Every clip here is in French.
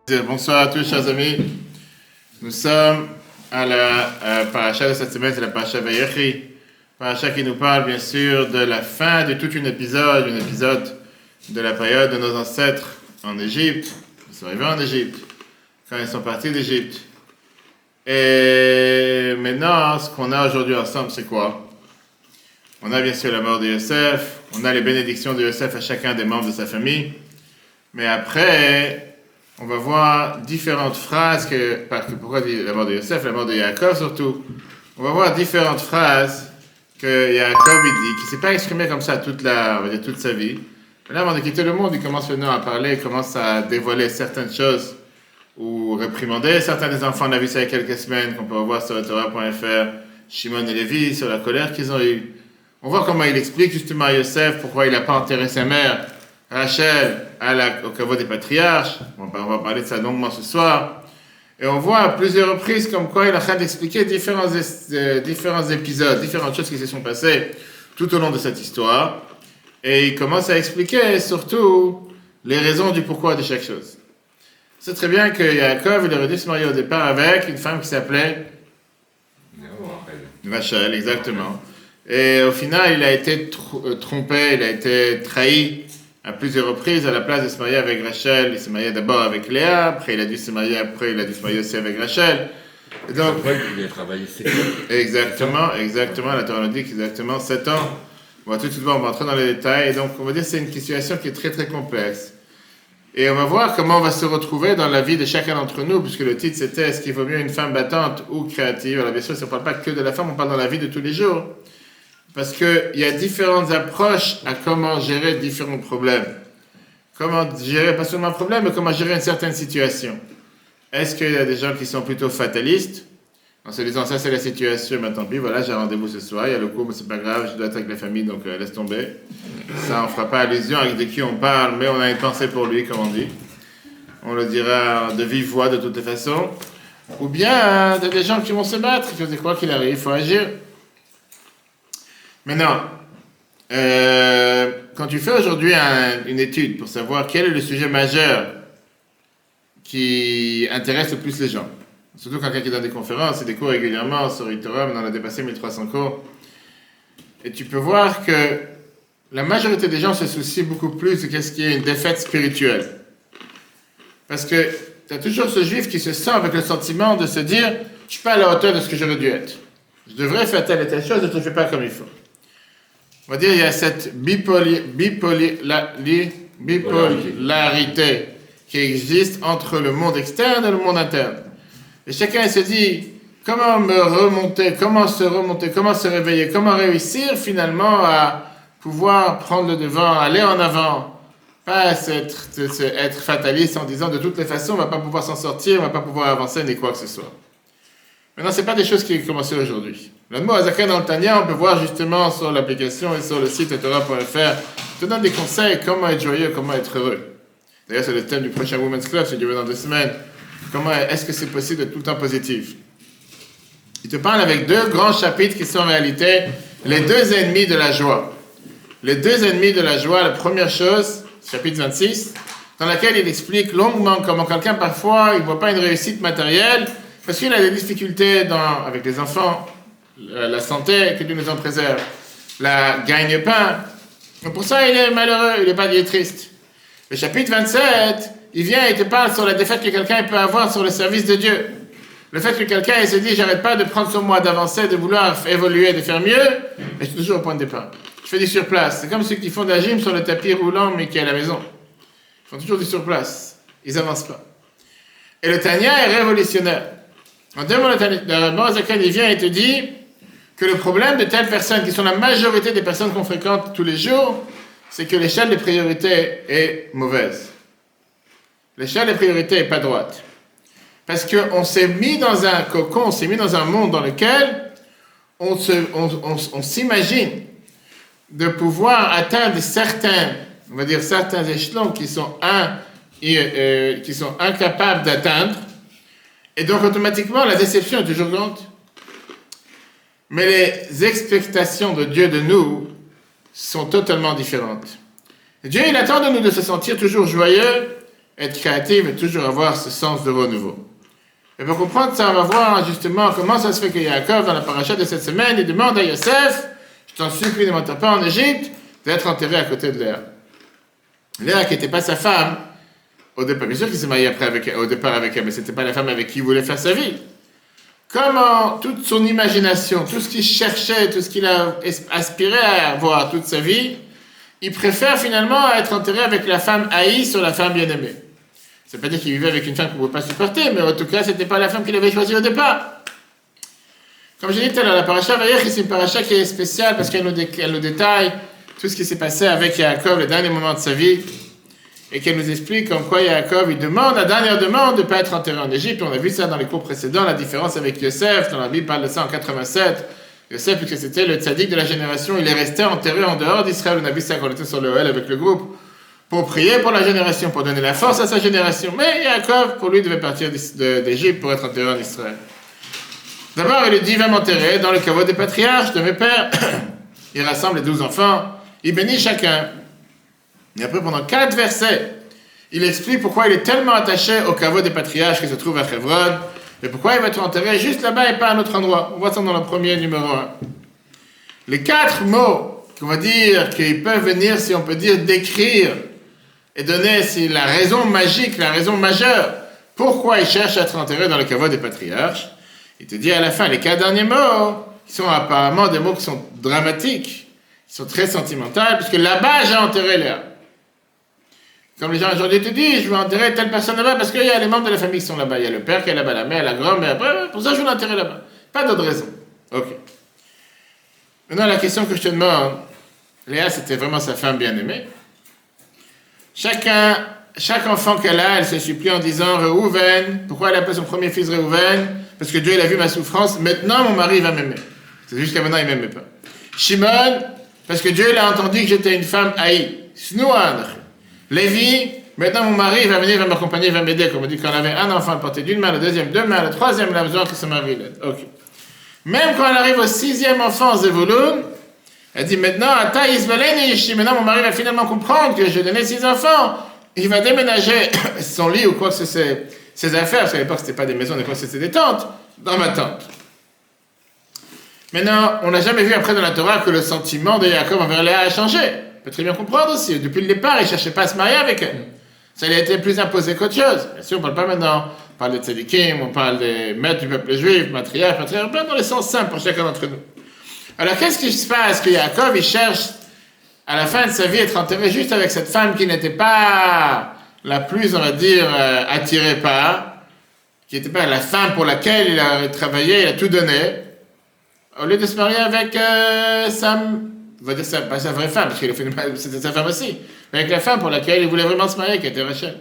Bonsoir à tous, chers amis. Nous sommes à la paracha de cette semaine, c'est la paracha Vayechi. Paracha qui nous parle bien sûr de la fin de tout un épisode de la période de nos ancêtres en Égypte. Ils sont arrivés en Égypte, quand ils sont partis d'Égypte. Et maintenant, ce qu'on a aujourd'hui ensemble, c'est quoi? On a bien sûr la mort de Yosef, on a les bénédictions de Yosef à chacun des membres de sa famille. Mais après, on va voir différentes phrases pourquoi la mort de Yosef, la mort de Yaakov surtout. On va voir différentes phrases que Yaakov il dit, qui ne s'est pas exprimé comme ça toute sa vie. Mais là, avant de quitter le monde, il commence maintenant à parler, il commence à dévoiler certaines choses ou réprimander certains des enfants. On a vu ça il y a quelques semaines, qu'on peut voir sur Torah.fr, Shimon et Lévi, sur la colère qu'ils ont eue. On voit comment il explique justement à Yosef pourquoi il n'a pas enterré sa mère, Rachel, au caveau des patriarches. On va parler de ça longuement ce soir. Et on voit à plusieurs reprises comme quoi il est en train d'expliquer différents épisodes, différentes choses qui se sont passées tout au long de cette histoire. Et il commence à expliquer surtout les raisons du pourquoi de chaque chose. C'est très bien que Yaakov, il aurait dû se marier au départ avec une femme qui s'appelait Rachel, exactement. Et au final, il a été trompé, il a été trahi à plusieurs reprises. À la place de se marier avec Rachel, il s'est marié d'abord avec Léa, après il a dû se marier aussi avec Rachel. Et donc, après, il a travaillé 7 ans. Exactement, la Torah nous dit exactement 7 ans. On va tout de suite voir, on va entrer dans les détails. Et donc, on va dire que c'est une situation qui est très très complexe. Et on va voir comment on va se retrouver dans la vie de chacun d'entre nous, puisque le titre c'était « Est-ce qu'il vaut mieux une femme battante ou créative ?» Alors bien sûr, si on ne parle pas que de la femme, on parle dans la vie de tous les jours. Parce qu'il y a différentes approches à comment gérer différents problèmes. Comment gérer, pas seulement un problème, mais comment gérer une certaine situation. Est-ce qu'il y a des gens qui sont plutôt fatalistes, en se disant ça c'est la situation, mais tant pis, voilà, j'ai un rendez-vous ce soir, il y a le cours, mais c'est pas grave, je dois être avec la famille, donc laisse tomber. Ça, on fera pas allusion avec de qui on parle, mais on a une pensée pour lui, comme on dit. On le dira de vive voix de toutes les façons. Ou bien, il y a des gens qui vont se battre, qui vont dire quoi qu'il arrive, il faut agir. Maintenant, quand tu fais aujourd'hui une étude pour savoir quel est le sujet majeur qui intéresse le plus les gens, surtout quand quelqu'un qui donne des conférences et des cours régulièrement sur Torah, on en a dépassé 1300 cours, et tu peux voir que la majorité des gens se soucient beaucoup plus de qu'est-ce qui est une défaite spirituelle. Parce que tu as toujours ce juif qui se sent avec le sentiment de se dire « Je ne suis pas à la hauteur de ce que j'aurais dû être. Je devrais faire telle et telle chose, je ne le fais pas comme il faut. » On va dire qu'il y a cette bipolarité qui existe entre le monde externe et le monde interne. Et chacun se dit, comment se réveiller, comment réussir finalement à pouvoir prendre le devant, aller en avant, pas être fataliste en disant de toutes les façons on ne va pas pouvoir s'en sortir, on ne va pas pouvoir avancer ni quoi que ce soit. Maintenant, ce n'est pas des choses qui ont commencé aujourd'hui. Le mot Azaken dans le Tanya, on peut voir justement sur l'application et sur le site Torah.fr, te donne des conseils comment être joyeux, comment être heureux. D'ailleurs, c'est le thème du prochain Women's Club, si Dieu veut, dans 2 semaines. Comment est-ce que c'est possible d'être tout le temps positif? Il te parle avec 2 grands chapitres qui sont en réalité les 2 ennemis de la joie. Les 2 ennemis de la joie, la première chose, chapitre 26, dans laquelle il explique longuement comment quelqu'un, parfois, il ne voit pas une réussite matérielle, parce qu'il a des difficultés avec les enfants, la santé, que Dieu nous en préserve, la gagne-pain. Donc pour ça, il est malheureux, il est triste. Le chapitre 27, il vient et te parle sur la défaite que quelqu'un peut avoir sur le service de Dieu. Le fait que quelqu'un il se dit, j'arrête pas de prendre sur moi, d'avancer, de vouloir évoluer, de faire mieux, et je suis toujours au point de départ. Je fais du surplace. C'est comme ceux qui font de la gym sur le tapis roulant, mais qui est à la maison. Ils font toujours du surplace. Ils n'avancent pas. Et le Tanya est révolutionnaire. En 2 mots, le Morazakan, il vient et te dit que le problème de telles personnes, qui sont la majorité des personnes qu'on fréquente tous les jours, c'est que l'échelle de priorité est mauvaise. L'échelle de priorité n'est pas droite. Parce qu'on s'est mis dans un cocon, on s'est mis dans un monde dans lequel on s'imagine de pouvoir atteindre certains échelons qui sont incapables d'atteindre. Et donc, automatiquement, la déception est toujours grande. Mais les expectations de Dieu de nous sont totalement différentes. Dieu, il attend de nous de se sentir toujours joyeux être créative et toujours avoir ce sens de renouveau. Et pour comprendre ça, on va voir justement comment ça se fait que Yaakov, dans la paracha de cette semaine, il demande à Yosef, je t'en supplie, ne m'enterre pas en Égypte, d'être enterré à côté de Léa. Léa qui n'était pas sa femme, au départ, bien sûr qu'il s'est marié au départ avec elle, mais ce n'était pas la femme avec qui il voulait faire sa vie. Comment toute son imagination, tout ce qu'il cherchait, tout ce qu'il a aspiré à avoir toute sa vie, il préfère finalement être enterré avec la femme haïe sur la femme bien-aimée. Ça ne veut pas dire qu'il vivait avec une femme qu'il ne pouvait pas supporter, mais en tout cas, ce n'était pas la femme qu'il avait choisie au départ. Comme j'ai dit tout à l'heure, la paracha Vayechi, c'est une paracha qui est spéciale parce qu'elle nous détaille tout ce qui s'est passé avec Yaakov, les derniers moments de sa vie, et qu'elle nous explique comme quoi Yaakov, il demande, la dernière demande, de ne pas être enterré en Égypte. On a vu ça dans les cours précédents, la différence avec Yosef, dans la Bible parle de ça en 87. Yosef, puisque c'était le tzaddik de la génération, il est resté enterré en dehors d'Israël. On a vu ça quand on était sur le OL avec le groupe, pour prier pour la génération, pour donner la force à sa génération. Mais Yaakov, pour lui, devait partir d'Égypte pour être enterré en Israël. D'abord, il lui dit, va m'enterrer dans le caveau des patriarches de mes pères. Il rassemble les 12 enfants, il bénit chacun. Et après, pendant 4 versets, il explique pourquoi il est tellement attaché au caveau des patriarches qui se trouve à Hebron, et pourquoi il va être enterré juste là-bas et pas à un autre endroit. On voit ça dans le premier numéro 1. Les 4 mots qu'on va dire qu'ils peuvent venir, si on peut dire, décrire et donner la raison magique, la raison majeure, pourquoi il cherche à être enterré dans le caveau des patriarches. Il te dit à la fin, les 4 derniers mots, qui sont apparemment des mots qui sont dramatiques, qui sont très sentimentaux, puisque là-bas, j'ai enterré Léa. Comme les gens aujourd'hui te disent, je vais enterrer telle personne là-bas, parce qu'il y a les membres de la famille qui sont là-bas. Il y a le père qui est là-bas, la mère, la grand-mère. Pour ça, je vais l'enterrer là-bas. Pas d'autre raison. Ok. Maintenant, la question que je te demande, Léa, c'était vraiment sa femme bien-aimée. Chaque enfant qu'elle a, elle se supplie en disant, Réhouven, pourquoi elle appelle son premier fils Réhouven? Parce que Dieu, il a vu ma souffrance, maintenant mon mari va m'aimer. C'est jusqu'à maintenant, il ne m'aimait pas. Shimon, parce que Dieu, il a entendu que j'étais une femme haïe. Snouan. Lévi, maintenant mon mari va venir, il va m'accompagner, il va m'aider. Comme on dit, quand on avait un enfant, porté d'une main, le deuxième, 2 mains, le troisième, il a besoin que son mari l'aide. Ok. Même quand elle arrive au 6e enfant, Zevouloun, elle dit maintenant, Ata Isbelen et Ishi, maintenant mon mari va finalement comprendre que j'ai donné 6 enfants. Il va déménager son lit ou quoi que ce soit, ses affaires, parce qu'à l'époque c'était pas des maisons, à l'époque c'était des tentes, dans ma tente. Maintenant, on n'a jamais vu après dans la Torah que le sentiment de Yaakov envers Léa a changé. On peut très bien comprendre aussi. Depuis le départ, il ne cherchait pas à se marier avec elle. Ça lui a été plus imposé qu'autre chose. Bien sûr, on ne parle pas maintenant. On parle des tzadikim, on parle des maîtres du peuple juif, matriarches, on parle dans le sens simple pour chacun d'entre nous. Alors, qu'est-ce qui se passe que Yaakov, il cherche à la fin de sa vie à être enterré juste avec cette femme qui n'était pas la plus, on va dire, attirée par, qui n'était pas la femme pour laquelle il a travaillé, il a tout donné, au lieu de se marier avec on va dire pas sa vraie femme, parce que c'était sa femme aussi, mais avec la femme pour laquelle il voulait vraiment se marier, qui était Rachel.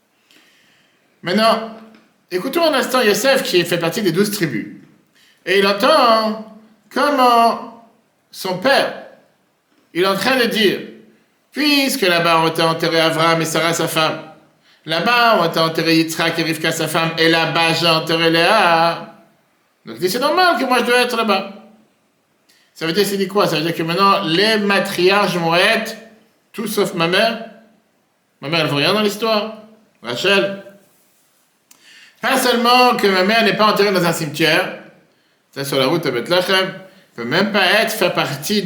Maintenant, écoutons un instant Yosef, qui fait partie des 12 tribus. Et il entend comment son père, il est en train de dire, puisque là-bas on t'a enterré Abraham et Sarah sa femme, là-bas on t'a enterré Yitzhak et Rivka sa femme, et là-bas j'ai enterré Léa. Donc il dit, c'est normal que moi je dois être là-bas. Ça veut dire, c'est dit quoi? Ça veut dire que maintenant, les matriarches vont être, tout sauf ma mère. Ma mère, elle ne vaut rien dans l'histoire. Rachel. Pas seulement que ma mère n'est pas enterrée dans un cimetière, ça sur la route à Bethléem, elle ne peut même pas faire partie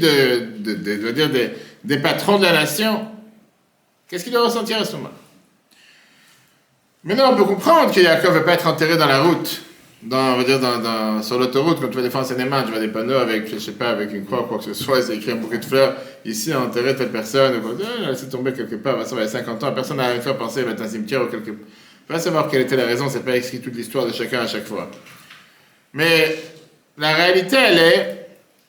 des patrons de la nation. Qu'est-ce qu'il doit ressentir à ce moment-là? Maintenant, on peut comprendre que Yaakov ne veut pas être enterré dans la route. On va dire sur l'autoroute, quand tu vas défendre Seine-et-Marne, tu vois des panneaux avec, je sais pas, avec une croix ou quoi que ce soit, c'est écrit un bouquet de fleurs, ici, enterré telle personne, ou quoi, laissez tomber quelque part, ça va, il y a 50 ans, personne n'a rien fait penser à mettre un cimetière ou quelque part. Il va savoir quelle était la raison, c'est pas écrit toute l'histoire de chacun à chaque fois. Mais, la réalité, elle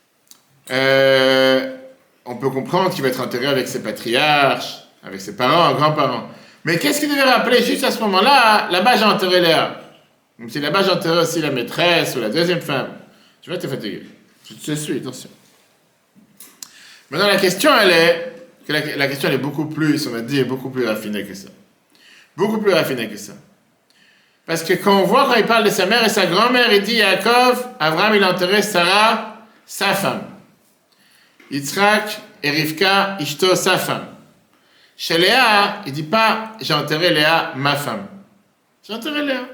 est, on peut comprendre qu'il va être enterré avec ses patriarches, avec ses parents, grands-parents. Mais qu'est-ce qu'il devait rappeler juste à ce moment-là? Là-bas, j'ai enterré Léa. Même si là-bas j'enterrais aussi la maîtresse ou la deuxième femme. Tu vas te fatiguer. Je te suis, attention. Maintenant la question elle est, que la question elle est beaucoup plus, on va dire, beaucoup plus raffinée que ça. Beaucoup plus raffinée que ça. Parce que quand on voit, quand il parle de sa mère et sa grand-mère, il dit Yaakov, Abraham il a enterré Sarah, sa femme. Yitzhak et Rivka, Ishto, sa femme. Chez Léa, il ne dit pas j'ai enterré Léa, ma femme. J'ai enterré Léa.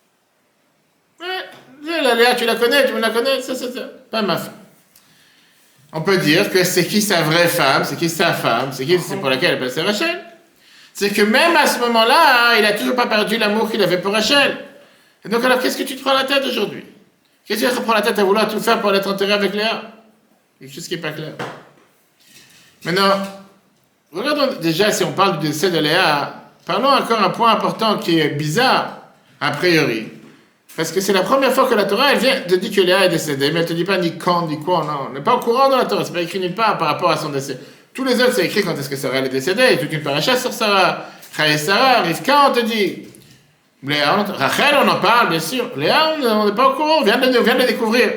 Ouais, la Léa, tu la connais, tu me la connais, ça, pas ma femme. On peut dire que c'est qui sa vraie femme, c'est qui sa femme, c'est pour laquelle elle s'appelle Rachel. C'est que même à ce moment-là, il n'a toujours pas perdu l'amour qu'il avait pour Rachel. Et donc alors, qu'est-ce que tu te prends la tête aujourd'hui? Qu'est-ce que tu te prends la tête à vouloir tout faire pour être enterré avec Léa? Quelque chose qui n'est pas clair. Maintenant, regardons déjà, si on parle du décès de Léa, parlons encore un point important qui est bizarre, a priori. Parce que c'est la première fois que la Torah, elle vient de dire que Léa est décédée, mais elle ne te dit pas ni quand, ni quoi, non. On n'est pas au courant dans la Torah, c'est pas écrit nulle part par rapport à son décès. Tous les autres, c'est écrit quand est-ce que Sarah est décédée, il y a toute une paracha sur Sarah. Chaye Sarah, Rivka, on te dit. Léa, Rachel, on en parle, bien sûr. Léa, on n'est pas au courant, on vient de le découvrir.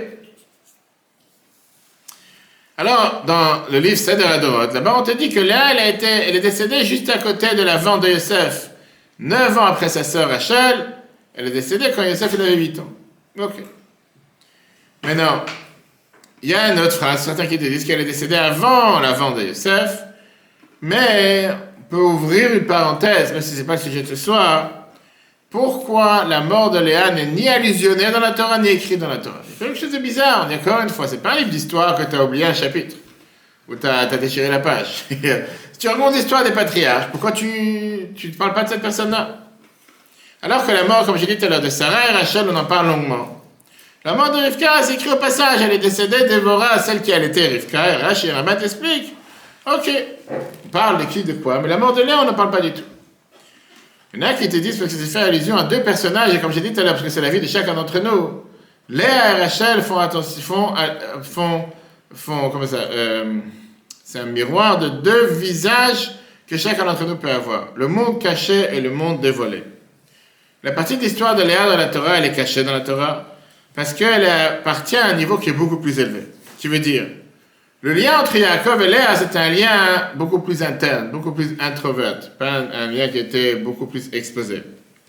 Alors, dans le livre Seder Hadorot, là-bas, on te dit que Léa, elle est décédée juste à côté de la vente de Yosef. 9 ans après sa sœur Rachel, elle est décédée quand Yosef il avait 8 ans. Ok. Maintenant, il y a une autre phrase, certains qui te disent qu'elle est décédée avant la vente de Yosef, mais on peut ouvrir une parenthèse, même si ce n'est pas le sujet de ce soir. Pourquoi la mort de Léa n'est ni allusionnée dans la Torah, ni écrite dans la Torah? C'est quelque chose de bizarre, on dit encore une fois, c'est pas un livre d'histoire que tu as oublié un chapitre, ou tu as déchiré la page. Si tu racontes l'histoire des patriarches, pourquoi tu ne parles pas de cette personne-là? Alors que la mort, comme j'ai dit tout à l'heure, de Sarah et Rachel, on en parle longuement. La mort de Rivka, c'est écrit au passage, elle est décédée, Déborah, celle qui allaitait Rivka, et Rachel, Rabat t'explique. Ok, on parle de qui, de quoi, mais la mort de Léa, on n'en parle pas du tout. Il y en a qui te disent parce que c'est fait allusion à deux personnages, et comme j'ai dit tout à l'heure, parce que c'est la vie de chacun d'entre nous. Léa et Rachel comment ça, c'est un miroir de deux visages que chacun d'entre nous peut avoir. Le monde caché et le monde dévoilé. La partie de l'histoire de Léa dans la Torah, elle est cachée dans la Torah, parce qu'elle appartient à un niveau qui est beaucoup plus élevé. Qui veut dire, le lien entre Yaakov et Léa, c'est un lien beaucoup plus interne, beaucoup plus introvert, pas un lien qui était beaucoup plus exposé.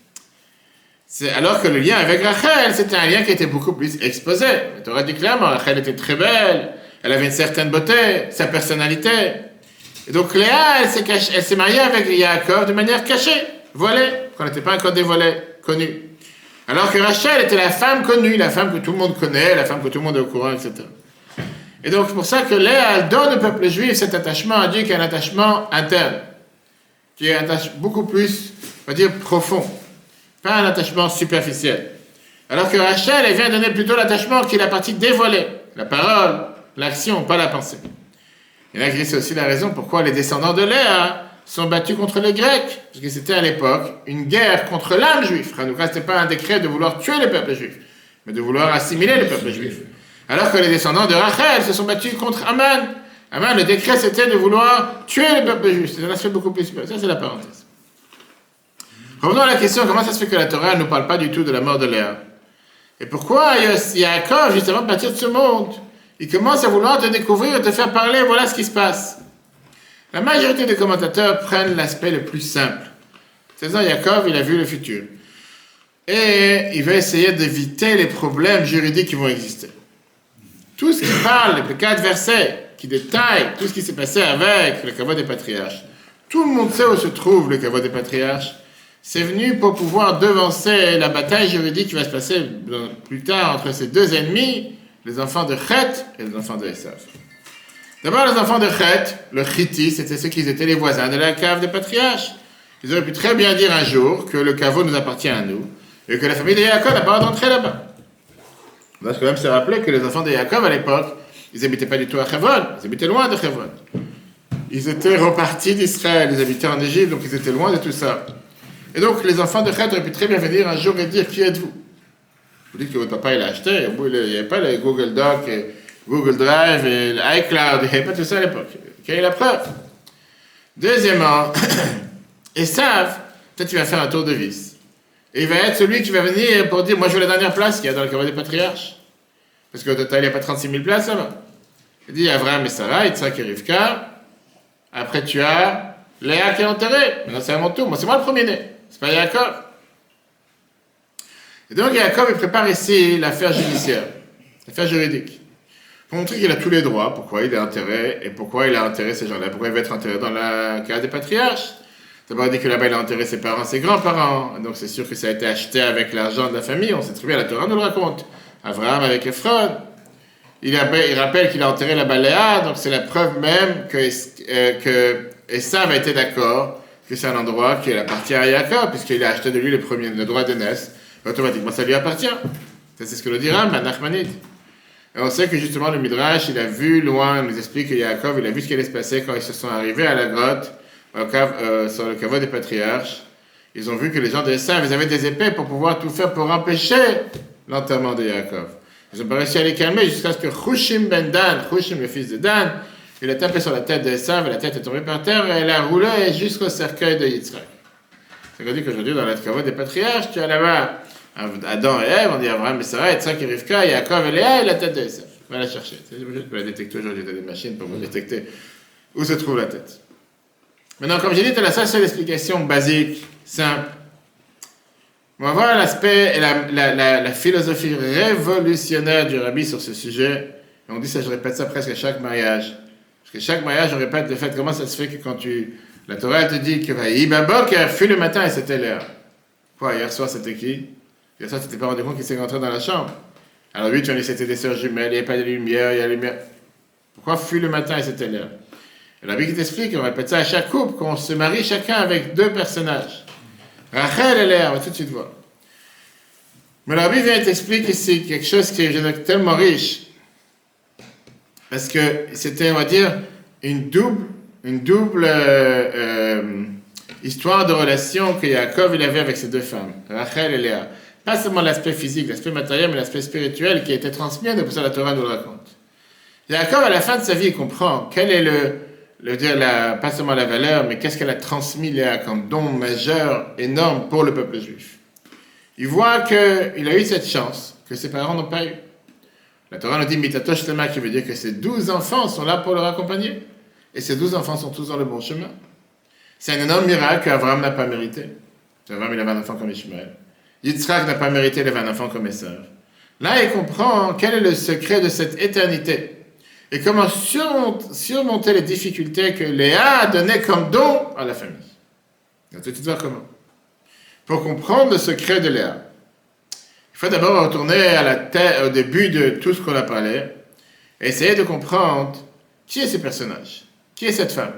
Alors que le lien avec Rachel, c'était un lien qui était beaucoup plus exposé. La Torah dit clairement, Rachel était très belle, elle avait une certaine beauté, sa personnalité. Et donc Léa, elle s'est mariée avec Yaakov de manière cachée, voilée, qu'on n'était pas encore dévoilée, connue. Alors que Rachel était la femme connue, la femme que tout le monde connaît, la femme que tout le monde est au courant, etc. Et donc, c'est pour ça que Léa, elle donne au peuple juif cet attachement à Dieu qui est un attachement interne, qui est un attachement beaucoup plus, on va dire, profond, pas un attachement superficiel. Alors que Rachel, elle vient donner plutôt l'attachement qui est la partie dévoilée, la parole, l'action, pas la pensée. Et là, c'est aussi la raison pourquoi les descendants de Léa sont battus contre les Grecs, parce que c'était à l'époque une guerre contre l'âme juif. Hanouka, ce n'était pas un décret de vouloir tuer le peuple juif, mais de vouloir assimiler le peuple juif. Alors que les descendants de Rachel se sont battus contre Aman. Aman, le décret, c'était de vouloir tuer le peuple juif. C'est un aspect beaucoup plus... Ça, c'est la parenthèse. Revenons à la question, comment ça se fait que la Torah ne nous parle pas du tout de la mort de Léa? Et pourquoi Yaakov, juste avant de partir de ce monde, il commence à vouloir te découvrir, te faire parler, voilà ce qui se passe. La majorité des commentateurs prennent l'aspect le plus simple. C'est-à-dire, Yaakov, il a vu le futur. Et il va essayer d'éviter les problèmes juridiques qui vont exister. Tout ce qui parle, les 4 versets, qui détaillent tout ce qui s'est passé avec le kavod des patriarches. Tout le monde sait où se trouve le kavod des patriarches. C'est venu pour pouvoir devancer la bataille juridique qui va se passer plus tard entre ces deux ennemis, les enfants de Chet et les enfants de Esav. D'abord, les enfants de Chet, le Chiti, c'était ceux qui étaient les voisins de la cave des patriarches. Ils auraient pu très bien dire un jour que le caveau nous appartient à nous et que la famille de Yaakov n'a pas d'entrer là-bas. On doit quand même se rappeler que les enfants de Yaakov, à l'époque, ils n'habitaient pas du tout à Hebron, ils habitaient loin de Hebron. Ils étaient repartis d'Israël, ils habitaient en Égypte, donc ils étaient loin de tout ça. Et donc, les enfants de Chet auraient pu très bien venir un jour et dire, qui êtes-vous? Vous dites que votre papa, il a acheté, il n'y avait pas les Google Doc, et Google Drive, et l'iCloud, il n'y avait pas tout ça à l'époque. Quelle est la preuve? Deuxièmement, Esav, peut-être il va faire un tour de vis. Et il va être celui qui va venir pour dire, moi je veux la dernière place qu'il y a dans le kavod des patriarches. Parce qu'au total, il n'y a pas 36 000 places là-bas. Il dit, Abraham et Sarah, Yitzhak et Rivka. Après, tu as Léa qui est enterrée. Maintenant, c'est à mon tour. Moi, c'est moi le premier-né. C'est pas Yaakov. Et donc, Yaakov, il prépare ici l'affaire judiciaire, l'affaire juridique. pour montrer qu'il a tous les droits, pourquoi il a intérêt, et pourquoi il a intérêt ces gens-là, pourquoi il va être enterré dans la case des patriarches. D'abord, il dit que là-bas, il a enterré ses parents, ses grands-parents, donc c'est sûr que ça a été acheté avec l'argent de la famille, on sait très bien, la Torah nous le raconte. Abraham avec Ephron. Il rappelle qu'il a enterré la Léa, donc c'est la preuve même que Esav a été d'accord que c'est un endroit qui appartient à Jacob, puisqu'il a acheté de lui le droit d'aînesse. Automatiquement, ça lui appartient. Ça, c'est ce que le dit Ram, la Nachmanide. Et on sait que justement, le Midrash, il a vu loin, il nous explique que Jacob, il a vu ce qui allait se passer quand ils se sont arrivés à la grotte, sur le caveau des patriarches. Ils ont vu que les gens de Esav, ils avaient des épées pour pouvoir tout faire pour empêcher l'enterrement de Jacob. Ils ont pas réussi à les calmer jusqu'à ce que Hushim ben Dan, Hushim le fils de Dan, il a tapé sur la tête d'Esav et la tête est tombée par terre et elle a roulé jusqu'au cercueil de Yitzhak. C'est qu'on dit qu'aujourd'hui dans la caveau des patriarches, tu as là-bas Adam et Ève, on dit Abraham et Sarah, Yitzhak et Rivka, Yaakov et Léa et la tête d'Esav. Va la chercher. Tu peux la détecter aujourd'hui, tu as des machines pour vous détecter où se trouve la tête. Maintenant, comme j'ai dit, tu as la seule explication basique, simple. On va voir l'aspect et la philosophie révolutionnaire du Rabbi sur ce sujet. Et on dit ça, je répète ça presque à chaque mariage. Parce que chaque mariage, on répète le fait, comment ça se fait que quand la Torah elle te dit que Ibabok fut le matin et c'était l'heure. Quoi, hier soir c'était qui? Hier soir, tu t'es pas rendu compte qu'il s'est rentré dans la chambre. Alors lui, tu as dit c'était des sœurs jumelles, il n'y avait pas de lumière, il y a la lumière. Pourquoi fut le matin et c'était l'heure? Et le Rabbi qui t'explique, on répète ça à chaque couple, qu'on se marie chacun avec deux personnages. Rachel et Léa, on va tout de suite voir. Mais le Rabbi vient t'expliquer ici quelque chose qui est tellement riche. Parce que c'était, on va dire, une double histoire de relation que Yaakov il avait avec ses deux femmes, Rachel et Léa. Pas seulement l'aspect physique, l'aspect matériel, mais l'aspect spirituel qui a été transmis, et pour ça la Torah nous le raconte. Yaakov, à la fin de sa vie, il comprend quel est pas seulement la valeur, mais qu'est-ce qu'elle a transmis Léa comme don majeur, énorme pour le peuple juif. Il voit qu'il a eu cette chance que ses parents n'ont pas eu. La Torah nous dit Mitatosh Lema, qui veut dire que ses 12 enfants sont là pour le raccompagner. Et ces 12 enfants sont tous dans le bon chemin. C'est un énorme miracle qu'Abraham n'a pas mérité. Abraham, il avait un enfant comme Ishmaël. Yitzhak n'a pas mérité, il avait un enfant comme Esav. Là, il comprend quel est le secret de cette éternité. Et comment surmonter les difficultés que Léa a données comme don à la famille. On va tout de suite voir comment. Pour comprendre le secret de Léa, il faut d'abord retourner au début de tout ce qu'on a parlé et essayer de comprendre qui est ce personnage, qui est cette femme.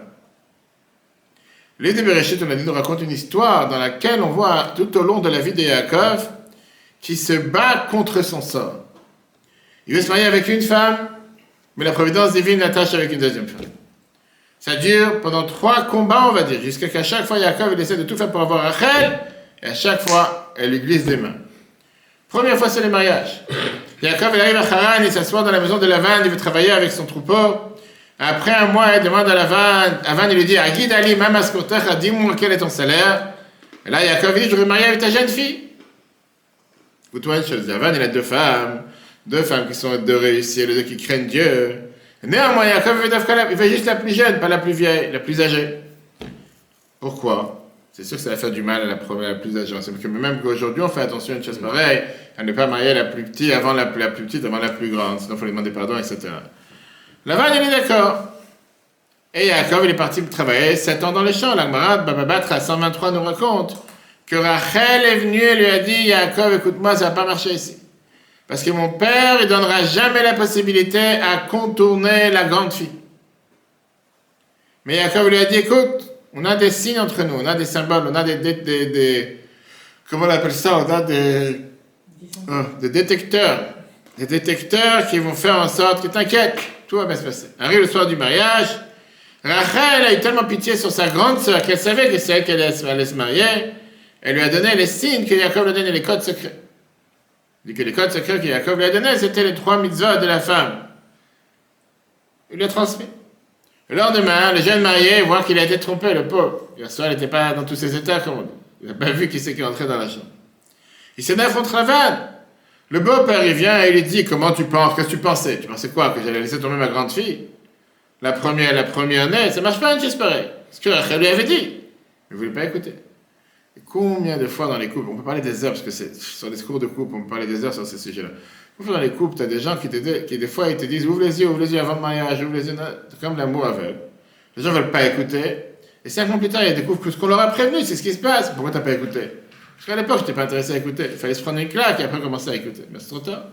Le livre de Bereshit, on a dit, nous raconte une histoire dans laquelle on voit tout au long de la vie de Yaakov qui se bat contre son sort. Il veut se marier avec une femme, mais la providence divine l'attache avec une deuxième femme. Ça dure pendant 3 combats, on va dire, jusqu'à qu'à chaque fois Yaakov il essaie de tout faire pour avoir Rachel, et à chaque fois, elle lui glisse des mains. Première fois, c'est le mariage. Yaakov, il arrive à Haran, il s'assoit dans la maison de Lavan, il veut travailler avec son troupeau. Après un mois, il demande à Lavan, il lui dit, Agid Ali, Mamaskotecha, dis-moi quel est ton salaire. Et là, Yaakov dit, je veux marier avec ta jeune fille. Écoute-moi une chose, Lavan, il a 2 femmes qui sont 2 réussies, les 2 qui craignent Dieu. Néanmoins, Yaakov il fait juste la plus jeune, pas la plus vieille, la plus âgée. Pourquoi? C'est sûr que ça va faire du mal à la plus âgée. C'est que même qu'aujourd'hui, on fait attention à une chose pareille, à ne pas marier la plus petite avant la plus petite, avant la plus grande, sinon il faut lui demander pardon, etc. Lavan, il est d'accord. Et Yaakov, il est parti travailler 7 ans dans les champs. L'Agmara, Bababatra 123 nous raconte que Rachel est venue et lui a dit, Yaakov, écoute-moi, ça va pas marcher ici. Parce que mon père, il donnera jamais la possibilité à contourner la grande fille. Mais Yaakov lui a dit, écoute, on a des signes entre nous, on a des symboles, on a des comment on appelle ça, on a des détecteurs. Des détecteurs qui vont faire en sorte que t'inquiète, tout va bien se passer. Arrive le soir du mariage, Rachel a eu tellement pitié sur sa grande sœur qu'elle savait que c'est elle qui allait se marier. Elle lui a donné les signes que Yaakov lui a donné, les codes secrets. Il dit que les codes secrets que Yaakov lui a donnés, c'était les 3 mitzvot de la femme. Il lui a transmis. Le lendemain, le jeune marié voit qu'il a été trompé, le pauvre. Hier soir, il n'était pas dans tous ses états, comme on dit. Il n'a pas vu qui c'est qui est entré dans la chambre. Il s'énerve contre Lavan. Le beau-père, il vient et il lui dit, comment tu penses? Qu'est-ce que tu pensais? Tu pensais quoi? Que j'allais laisser tomber ma grande fille? La première née, ça marche pas une chose pareille. Ce que Rachel lui avait dit. Il ne voulait pas écouter. Et combien de fois dans les couples, on peut parler des heures, parce que c'est sur les cours de couple, on peut parler des heures sur ces sujets-là. Dans les couples, tu as des gens qui, des fois, ils te disent ouvre les yeux avant le mariage, ouvre les yeux, c'est comme l'amour aveugle. Les gens ne veulent pas écouter. Et 5 ans plus tard, ils découvrent que ce qu'on leur a prévenu, c'est ce qui se passe. Pourquoi tu n'as pas écouté? Parce qu'à l'époque, je n'étais pas intéressé à écouter. Il fallait se prendre une claque et après commencer à écouter. Mais c'est trop tard.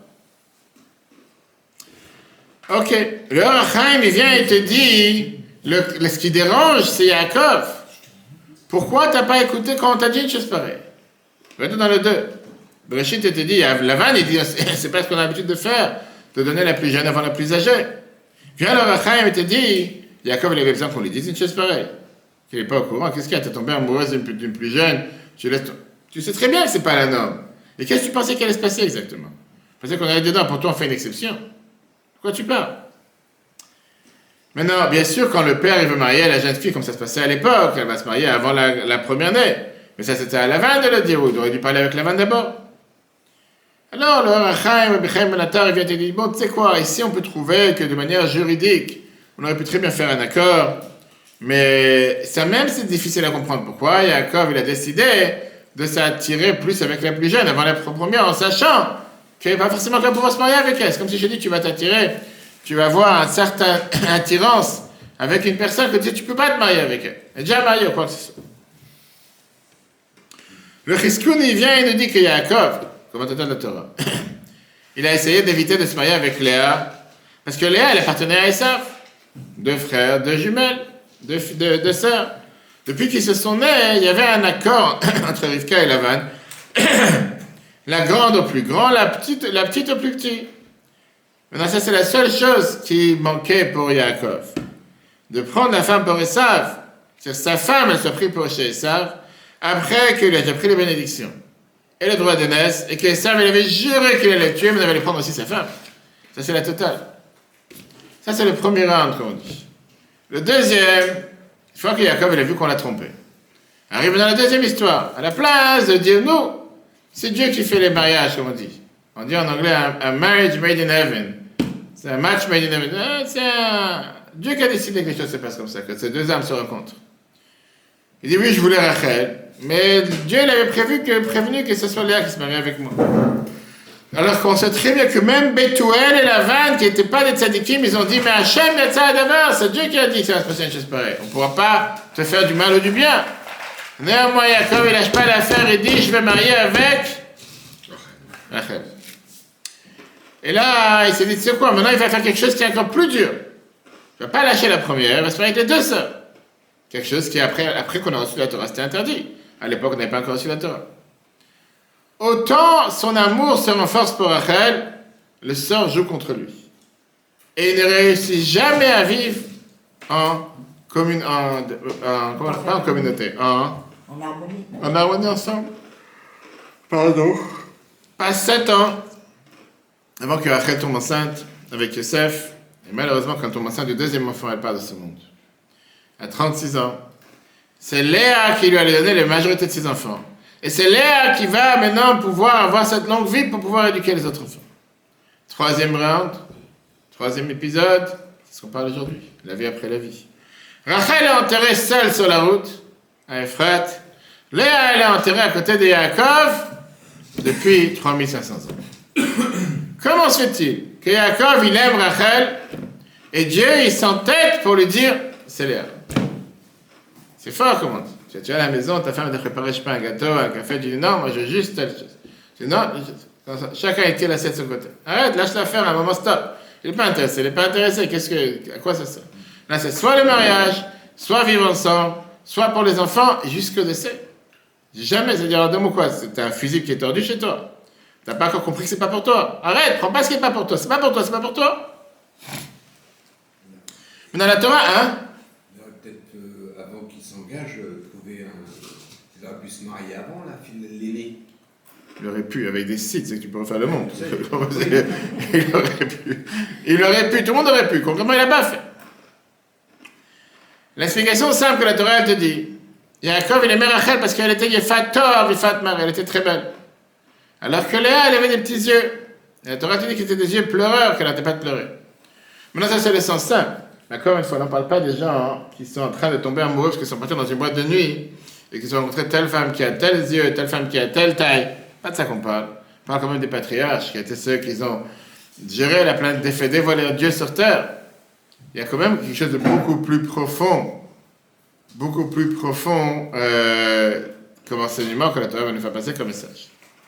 Ok. Le Hachaim, il vient et te dit, ce qui dérange, c'est Yaakov. Pourquoi tu n'as pas écouté quand on t'a dit une chose pareille? Regarde dans le 2. Bereshit te dit, Lavan, il dit, c'est pas ce qu'on a l'habitude de faire, de donner la plus jeune avant la plus âgée. Viens le Hachaim et te dit, Yaakov, il avait besoin qu'on lui dise une chose pareille. Qu'il n'est pas au courant. Qu'est-ce qu'il y a? Tu es tombé amoureuse d'une plus jeune. Tu sais très bien que c'est pas la norme. Et qu'est-ce que tu pensais qu'elle allait se passer exactement? Tu pensais qu'on allait dedans, pour toi on fait une exception. Pourquoi tu parles? Maintenant, bien sûr, quand le père il veut marier la jeune fille, comme ça se passait à l'époque, elle va se marier avant la première année. Mais ça, c'était à Lavan de le dire, ou il aurait dû parler avec Lavan d'abord. Alors, le Hachaim, Abichaim Benatar, il vient te dire, bon, tu sais quoi, ici on peut trouver que de manière juridique, on aurait pu très bien faire un accord, mais ça même c'est difficile à comprendre. Pourquoi Yaakov, il a décidé de s'attirer plus avec la plus jeune avant la première, en sachant qu'il n'y a pas forcément qu'à pouvoir se marier avec elle. C'est comme si je dis, tu vas t'attirer, tu vas avoir une certaine attirance avec une personne que tu ne peux pas te marier avec elle. Elle est déjà mariée ou quoi que ce soit. Le Chizkoun, il vient et nous dit que Yaakov, commentateur de la Torah, il a essayé d'éviter de se marier avec Léa, parce que Léa, elle appartenait à Esav, 2 frères, 2 jumelles, 2 sœurs. Depuis qu'ils se sont nés, il y avait un accord entre Rivka et Lavan. La grande au plus grand, la petite au plus petit. Maintenant, ça c'est la seule chose qui manquait pour Yaakov. De prendre la femme pour Esav, que sa femme, elle soit prise pour chez Esav, après qu'il ait pris les bénédictions et le droit d'aînesse, et qu'Esav il avait juré qu'il allait le tuer, mais il allait prendre aussi sa femme. Ça c'est la totale. Ça c'est le premier round, comme on dit. Le deuxième, une fois que Yaakov il a vu qu'on l'a trompé, arrive dans la deuxième histoire. À la place de dire nous, c'est Dieu qui fait les mariages, comme on dit. On dit en anglais un marriage made in heaven. C'est un match made in heaven. C'est Dieu qui a décidé que les choses se passent comme ça, que ces 2 âmes se rencontrent. Il dit oui, je voulais Rachel, mais Dieu il avait prévenu que ce soit Léa qui se marie avec moi. Alors qu'on sait très bien que même Bethuel et Lavan, qui n'étaient pas des tzadikim, ils ont dit mais Hachem Yatzad d'abord, c'est Dieu qui a dit que ça va se passer une chose pareille. On ne pourra pas te faire du mal ou du bien. Néanmoins, Yaakov, il lâche pas l'affaire et dit je vais marier avec Rachel. Et là, il s'est dit tu sais quoi, maintenant il va faire quelque chose qui est encore plus dur. Il ne va pas lâcher la première, il va se marier avec les 2 sœurs. Quelque chose qui, après qu'on a reçu la Torah, c'était interdit. À l'époque, on n'avait pas encore reçu la Torah. Autant son amour se renforce pour Rachel, le sort joue contre lui. Et il ne réussit jamais à vivre pas en communauté, en harmonie ensemble. Pardon. Passe 7 ans avant que Rachel tombe enceinte avec Yosef. Et malheureusement, quand elle tombe enceinte du 2e enfant, elle part de ce monde. À 36 ans, c'est Léa qui lui a donné la majorité de ses enfants. Et c'est Léa qui va maintenant pouvoir avoir cette longue vie pour pouvoir éduquer les autres enfants. 3e round, 3e épisode, c'est ce qu'on parle aujourd'hui, la vie après la vie. Rachel est enterrée seule sur la route, à Ephrat. Léa, elle est enterrée à côté de Yaakov depuis 3500 ans. Comment se fait-il que Yaakov, il aime Rachel, et Dieu, il s'entête pour lui dire, c'est Léa. C'est fort, comment on dit. Tu es à la maison, ta femme t'a préparé, je sais pas, un gâteau, un café, tu dis non, moi je veux juste telle chose. Tu dis non, chacun il tire la de son côté. Arrête, lâche l'affaire, à un moment, stop. Il n'est pas intéressé, à quoi ça sert? Là, c'est soit le mariage, soit vivre ensemble, soit pour les enfants, jusqu'au décès. Jamais, c'est-à-dire, alors donne-moi quoi? C'est un fusil qui est tordu chez toi. T'as pas encore compris que c'est pas pour toi. Arrête, prends pas ce qui est pas pour toi. C'est pas pour toi, c'est pas pour toi. Mais dans la Torah, hein? Peut-être avant qu'il s'engage, trouver il aurait pu se marier avant, la fille de l'aîné. Il aurait pu, avec des sites, c'est que tu peux refaire le monde. Il aurait pu, tout le monde aurait pu. Concrètement, il n'a pas fait. L'explication simple que la Torah elle te dit. Yaakov, il aimait Rachel parce qu'elle était Yefat Tov, Yefat Mar, elle était très belle. Alors que Léa, elle avait des petits yeux. Et la Torah te dit qu'ils étaient des yeux pleureurs, qu'elle n'arrêtait pas de pleurer. Maintenant, ça c'est le sens simple. D'accord, une fois, on n'en parle pas des gens qui sont en train de tomber amoureux parce qu'ils sont partis dans une boîte de nuit et qu'ils ont rencontré telle femme qui a tels yeux, telle femme qui a telle taille. Pas de ça qu'on parle. On parle quand même des patriarches, qui étaient ceux qui ont géré la planète, dévoilé Dieu sur terre. Il y a quand même quelque chose de beaucoup plus profond comme enseignement que la Torah va nous faire passer comme message.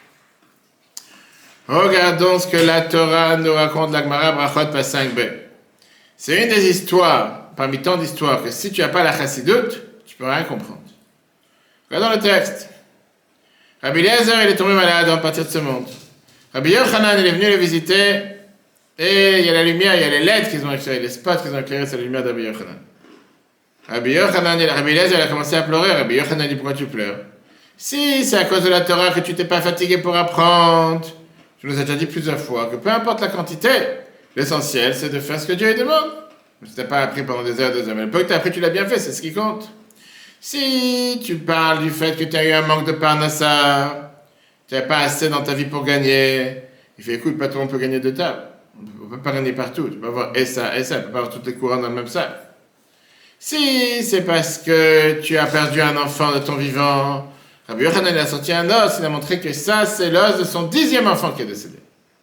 Regardons ce que la Torah nous raconte, la Gemara Brachot pas 5b. C'est une des histoires, parmi tant d'histoires, que si tu n'as pas la chassidoute, tu ne peux rien comprendre. Regardons le texte. Rabbi Eliezer, il est tombé malade à partir de ce monde. Rabbi Yochanan, il est venu le visiter, et il y a la lumière, il y a les LED qu'ils ont éclairé, les spots qu'ils ont éclairés, c'est la lumière de Rabbi Yochanan. Rabbi Eliezer, il a commencé à pleurer. Rabbi Yochanan dit, pourquoi tu pleures? Si c'est à cause de la Torah que tu t'es pas fatigué pour apprendre, tu nous as déjà dit plusieurs fois que peu importe la quantité, l'essentiel c'est de faire ce que Dieu lui demande. Tu t'es pas appris pendant des heures, mais le peu que tu as appris, tu l'as bien fait, c'est ce qui compte. Si tu parles du fait que tu as eu un manque de parnassa, tu n'as pas assez dans ta vie pour gagner, il fait écoute, pas tout le monde peut gagner de table. On ne peut pas gagner partout, tu peux avoir et ça, on ne peut pas avoir toutes les couronnes dans le même sac. Si c'est parce que tu as perdu un enfant de ton vivant, Rabbi Yochanan il a sorti un os, il a montré que ça c'est l'os de son 10e enfant qui est décédé.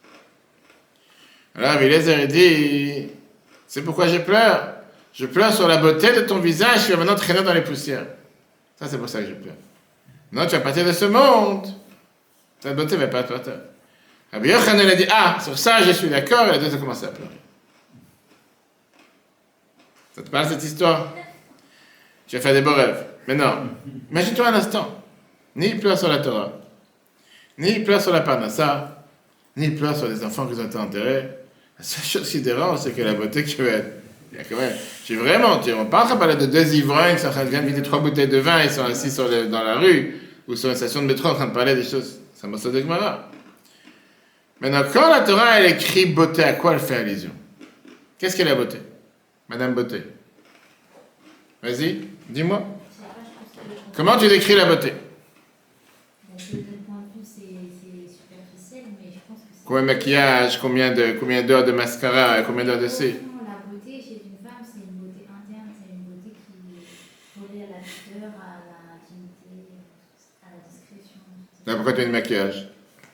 Alors Rabbi Eliezer dit, c'est pourquoi je pleure. Je pleure sur la beauté de ton visage qui va maintenant traîner dans les poussières. Ça c'est pour ça que je pleure. Non, tu vas partir de ce monde. Ta beauté va pas te partir. Rabbi Yochanan a dit, sur ça je suis d'accord, et la deux a commencé à pleurer. Ça te parle cette histoire? Tu as fait des beaux rêves. Mais non. Imagine-toi un instant. Ni il pleure sur la Torah, ni il pleure sur la Parnassa, ni il pleure sur les enfants qui ont été enterrés. La seule chose qui dérange, c'est que la beauté qui va être. Il y a quand même. On parle pas de deux ivrognes qui sont en train de vider 3 bouteilles de vin, ils sont assis dans la rue, ou sur une station de métro en train de parler des choses. Ça m'a sauté de Gemara. Maintenant, quand la Torah, elle écrit beauté, à quoi elle fait allusion? Qu'est-ce qu'est la beauté? Madame Beauté. Vas-y, dis-moi. Comment tu décris la beauté? Combien de maquillage, combien d'heures de mascara, combien d'heures de cils? La beauté chez une femme, c'est une beauté interne, c'est une beauté qui est reliée à la pudeur, à l'intimité, à la discrétion. Non, pourquoi tu as du maquillage?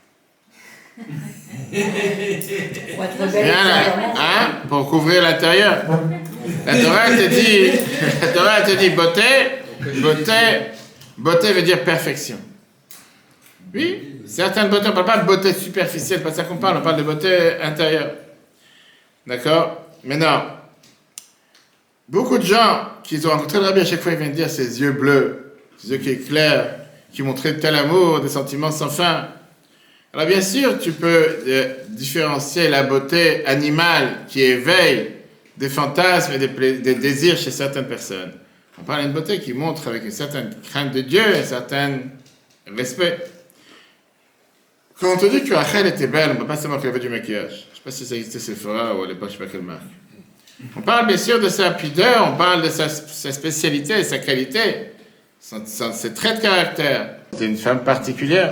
Pour être belle, pour couvrir l'intérieur. La Torah te dit beauté veut dire perfection. Oui, certaines beautés, on ne parle pas de beauté superficielle, pas de ça qu'on parle, on parle de beauté intérieure. D'accord? Maintenant, beaucoup de gens qui ont rencontré le Rabbi, à chaque fois ils viennent dire ces yeux bleus, ces yeux qui éclairent, qui montraient tel amour, des sentiments sans fin. Alors bien sûr, tu peux différencier la beauté animale qui éveille des fantasmes et des désirs chez certaines personnes. On parle d'une beauté qui montre avec une certaine crainte de Dieu et un certain respect. Quand on te dit que Rachel était belle, on ne peut pas savoir qu'elle avait du maquillage. Je ne sais pas si ça existait Sephora ou à l'époque, je ne sais pas quelle marque. On parle bien sûr de sa pudeur, on parle de sa spécialité, sa qualité, ses traits de caractère. C'était une femme particulière.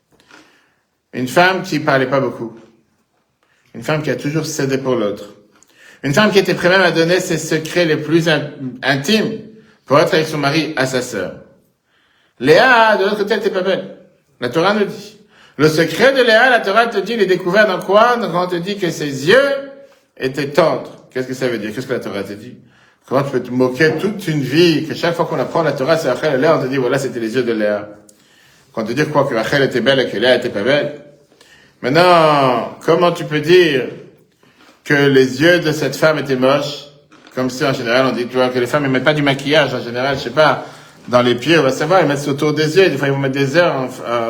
Une femme qui ne parlait pas beaucoup. Une femme qui a toujours cédé pour l'autre. Une femme qui était prête même à donner ses secrets les plus intimes pour être avec son mari à sa sœur. Léa, de l'autre côté, elle n'était pas belle. La Torah nous dit. Le secret de Léa, la Torah te dit, il est découvert dans quoi? Quand on te dit que ses yeux étaient tendres. Qu'est-ce que ça veut dire? Qu'est-ce que la Torah te dit? Comment tu peux te moquer toute une vie, que chaque fois qu'on apprend la Torah, c'est Rachel et Léa, on te dit, voilà, c'était les yeux de Léa. Quand on te dit quoi, que Rachel était belle et que Léa était pas belle. Maintenant, comment tu peux dire que les yeux de cette femme étaient moches? Comme si, en général, on dit, tu vois, que les femmes, elles mettent pas du maquillage, en général, je sais pas, dans les pieds, on va savoir, ils mettent ça autour des yeux, des fois, ils vont mettre des heures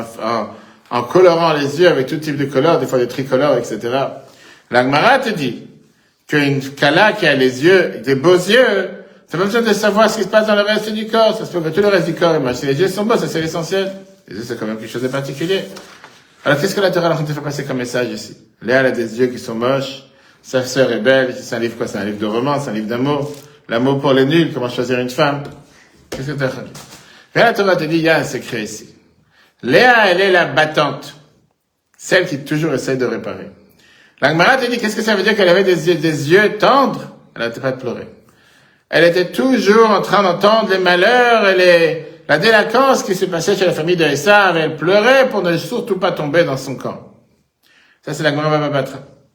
en colorant les yeux avec tout type de couleurs, des fois des tricolores, etc. La Gemara te dit qu'une kala qui a les yeux, des beaux yeux, t'as pas besoin de savoir ce qui se passe dans le reste du corps, ça se peut que tout le reste du corps est moche. Si les yeux sont beaux, ça c'est l'essentiel. Les yeux, c'est quand même quelque chose de particulier. Alors, qu'est-ce que la Torah est en train de faire passer comme message ici? Léa, elle a des yeux qui sont moches, sa sœur est belle, c'est un livre quoi? C'est un livre de romance, c'est un livre d'amour. L'amour pour les nuls, comment choisir une femme? Qu'est-ce que tu as dit? Bien, la Torah te dit, il y a un secret ici. Léa, elle est la battante. Celle qui toujours essaye de réparer. La Gemara te dit, qu'est-ce que ça veut dire qu'elle avait des yeux tendres? Elle n'arrêtait pas de pleurer. Elle était toujours en train d'entendre les malheurs et la délinquance qui se passait chez la famille de Esav. Elle pleurait pour ne surtout pas tomber dans son camp. Ça, c'est la Gemara Baba Batra.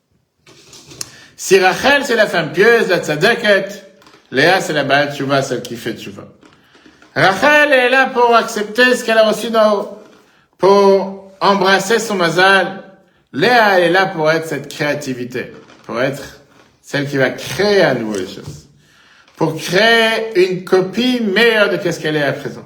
Si Rachel, c'est la femme pieuse, la tzadaket, Léa, c'est la Baal Tshuva, celle qui fait Tshuva. Rachel est là pour accepter ce qu'elle a reçu d'en haut, pour embrasser son mazal. Léa, elle est là pour être cette créativité, pour être celle qui va créer à nouveau les choses, pour créer une copie meilleure de ce qu'elle est à présent.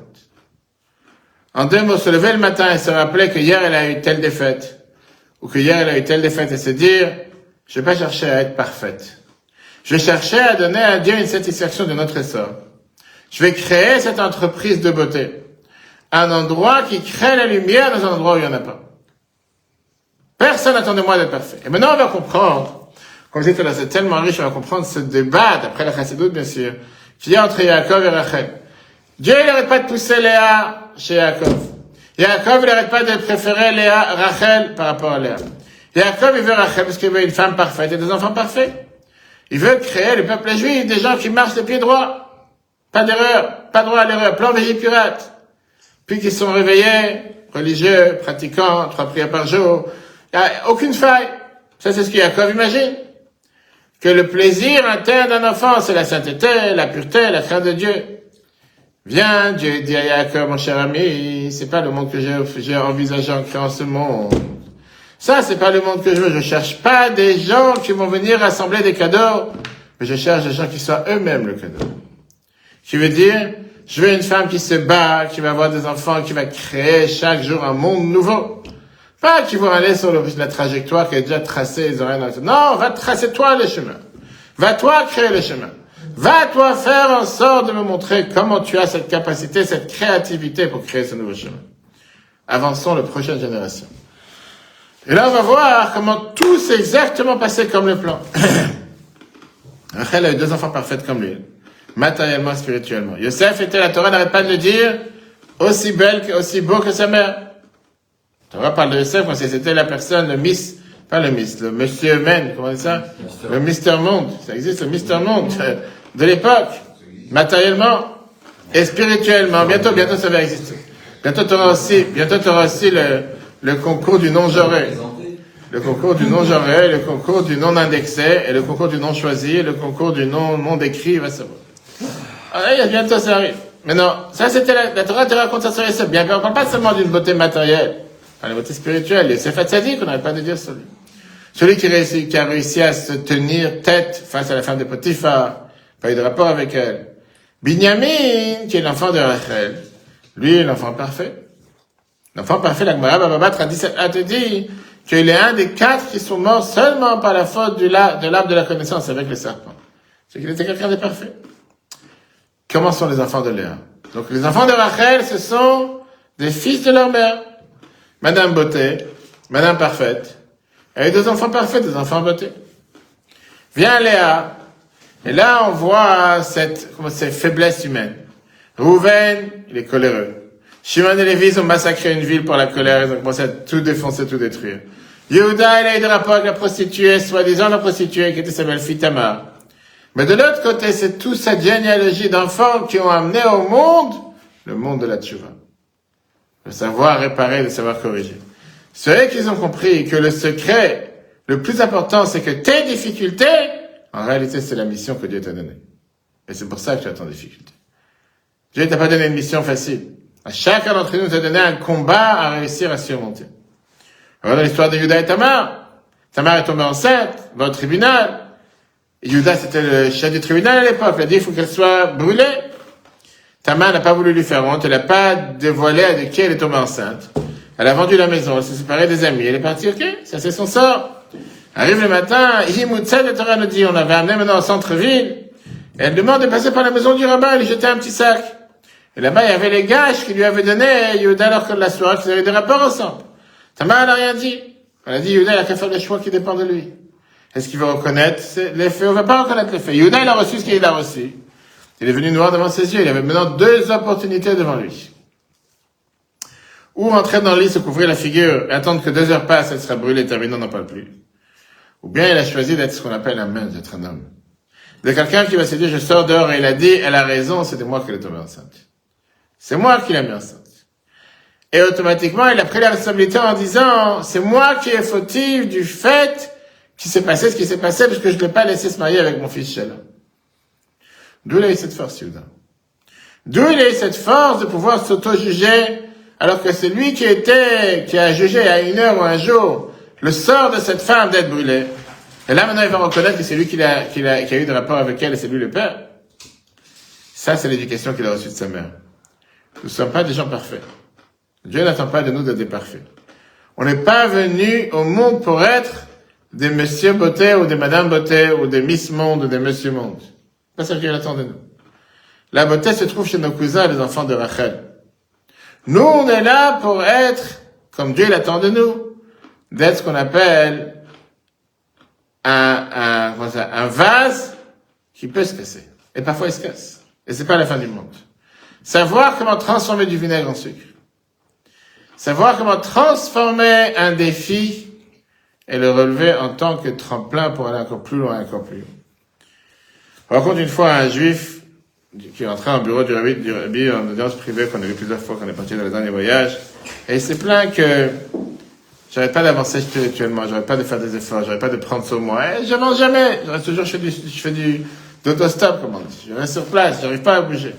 En deux mots, se lever le matin et se rappeler que hier elle a eu telle défaite, ou que hier elle a eu telle défaite, et se dire, je vais pas chercher à être parfaite. Je vais chercher à donner à Dieu une satisfaction de notre essor. Je vais créer cette entreprise de beauté. Un endroit qui crée la lumière dans un endroit où il n'y en a pas. Personne n'attend de moi d'être parfait. Et maintenant on va comprendre, comme je disais là, c'est tellement riche, on va comprendre ce débat, d'après la Chassidoute bien sûr, qu'il y a entre Yaakov et Rachel. Dieu, il n'arrête pas de pousser Léa chez Yaakov. Yaakov, il n'arrête pas de préférer Rachel par rapport à Léa. Yaakov, il veut Rachel parce qu'il veut une femme parfaite et des enfants parfaits. Il veut créer le peuple juif, des gens qui marchent les pieds droits. Pas d'erreur, pas droit à l'erreur, plan végipirate. Puis qui sont réveillés, religieux, pratiquants, 3 prières par jour. Il n'y a aucune faille. Ça, c'est ce que Yaakov imagine. Que le plaisir interne d'un enfant, c'est la sainteté, la pureté, la crainte de Dieu. Viens, Dieu dit à Yaakov, mon cher ami, c'est pas le monde que j'ai envisagé en créant ce monde. Ça, c'est pas le monde que je veux. Je cherche pas des gens qui vont venir rassembler des cadeaux, mais je cherche des gens qui soient eux-mêmes le cadeau. Qui veut dire, je veux une femme qui se bat, qui va avoir des enfants, qui va créer chaque jour un monde nouveau. Pas qui vont aller sur la trajectoire qui est déjà tracée, ils ont rien à faire. Non, va tracer toi le chemin. Va toi créer le chemin. Va toi faire en sorte de me montrer comment tu as cette capacité, cette créativité pour créer ce nouveau chemin. Avançons la prochaine génération. Et là, on va voir comment tout s'est exactement passé comme le plan. Rachel a eu 2 enfants parfaits comme lui. Matériellement, spirituellement. Yosef était, la Torah n'arrête pas de le dire, aussi belle, aussi beau que sa mère. La Torah parle de Yosef comme si c'était la personne, le Monsieur Men, comment on dit ça? Le Mister Monde. Ça existe, le Mister Monde de l'époque. Matériellement et spirituellement. Bientôt ça va exister. Bientôt tu auras aussi le concours du non-genré. Le concours du non-genré, le concours du non-indexé, et le concours du non-choisi, et le concours du non-décrit, il va savoir. Bientôt ça arrive. Mais non, ça c'était la Torah te raconte ça sur Yosef. Bien, on parle pas seulement d'une beauté matérielle, la beauté spirituelle. Yosef Hatzadik, on n'arrête pas de dire sur lui. Celui qui a réussi à se tenir tête face à la femme de Potiphar, pas eu de rapport avec elle. Binyamin, qui est l'enfant de Rachel, lui, l'enfant parfait. L'enfant parfait, la Gemara Baba Batra te dit qu'il est un des 4 qui sont morts seulement par la faute de l'arbre de la connaissance avec le serpent. C'est qu'il était quelqu'un de parfait. Comment sont les enfants de Léa? Donc les enfants de Rachel, ce sont des fils de leur mère. Madame Beauté, Madame Parfaite. Elle a eu 2 enfants parfaits, 2 enfants beauté. Vient Léa, et là on voit ces faiblesses humaines. Rouven, il est coléreux. Shimon et Lévi ont massacré une ville pour la colère, ils ont commencé à tout défoncer, tout détruire. Yehuda, il a eu des rapports avec la prostituée, soi-disant la prostituée, qui était sa belle-fille Tamar. Mais de l'autre côté, c'est toute cette généalogie d'enfants qui ont amené au monde le monde de la Tchouva. Le savoir réparer, le savoir corriger. C'est eux qui ont compris que le secret, le plus important, c'est que tes difficultés, en réalité, c'est la mission que Dieu t'a donnée. Et c'est pour ça que tu as tant de difficultés. Dieu t'a pas donné une mission facile. À chacun d'entre nous t'a donné un combat à réussir à surmonter. Alors dans l'histoire de Yehuda et Tamar, Tamar est tombée enceinte, va au tribunal. Yehuda, c'était le chef du tribunal à l'époque. Il a dit, il faut qu'elle soit brûlée. Tamar n'a pas voulu lui faire honte. Elle n'a pas dévoilé à qui elle est tombée enceinte. Elle a vendu la maison. Elle s'est séparée des amis. Elle est partie, ok, ça c'est son sort. Arrive le matin, Yimoutzad, la Torah nous dit, on avait amené maintenant au centre-ville. Et elle demande de passer par la maison du rabbin. Elle lui jetait un petit sac. Et là-bas, il y avait les gages qui lui avaient donné Yehuda alors que la soirée, qu'ils avaient des rapports ensemble. Tamar n'a rien dit. Elle a dit, Yehuda, il a qu'à faire les choix qui dépendent de lui. Est-ce qu'il va reconnaître les faits? On va pas reconnaître les faits. Yehuda, il a reçu ce qu'il a reçu. Il est venu noir devant ses yeux. Il avait maintenant 2 opportunités devant lui. Ou rentrer dans le lit, se couvrir la figure, et attendre que 2 heures passent, elle sera brûlée, terminée, on n'en parle plus. Ou bien il a choisi d'être ce qu'on appelle un mens, d'être un homme. De quelqu'un qui va se dire, je sors dehors, et il a dit, elle a raison, c'était moi qui l'ai tombée enceinte. C'est moi qui l'ai mis enceinte. Et automatiquement, il a pris la responsabilité en disant, c'est moi qui est fautif du fait qu'il s'est passé ce qui s'est passé parce que je ne l'ai pas laissé se marier avec mon fils Shelah. D'où il a eu cette force, Yehuda. D'où il a eu cette force de pouvoir s'auto-juger, alors que c'est lui qui a jugé à une heure ou un jour le sort de cette femme d'être brûlée. Et là, maintenant, il va reconnaître que c'est lui qui a eu des rapports avec elle et c'est lui le père. Ça, c'est l'éducation qu'il a reçue de sa mère. Nous ne sommes pas des gens parfaits. Dieu n'attend pas de nous d'être des parfaits. On n'est pas venu au monde pour être des Monsieur Beauté ou des Madame Beauté ou des Miss Monde ou des Monsieur Monde. C'est pas ça que Dieu attend de nous. La beauté se trouve chez nos cousins, les enfants de Rachel. Nous, on est là pour être, comme Dieu l'attend de nous, d'être ce qu'on appelle un vase qui peut se casser. Et parfois, il se casse. Et c'est pas la fin du monde. Savoir comment transformer du vinaigre en sucre. Savoir comment transformer un défi et le relever en tant que tremplin pour aller encore plus loin, encore plus haut. Je raconte une fois un juif qui est entré en bureau du rabbi en audience privée qu'on a vu plusieurs fois quand on est parti dans les derniers voyages. Et il s'est plaint que j'arrête pas d'avancer spirituellement, j'arrête pas de faire des efforts, j'arrête pas de prendre sur moi. Et j'avance jamais. Je reste toujours, je fais d'autostop, comme on dit. Je reste sur place, j'arrive pas à bouger.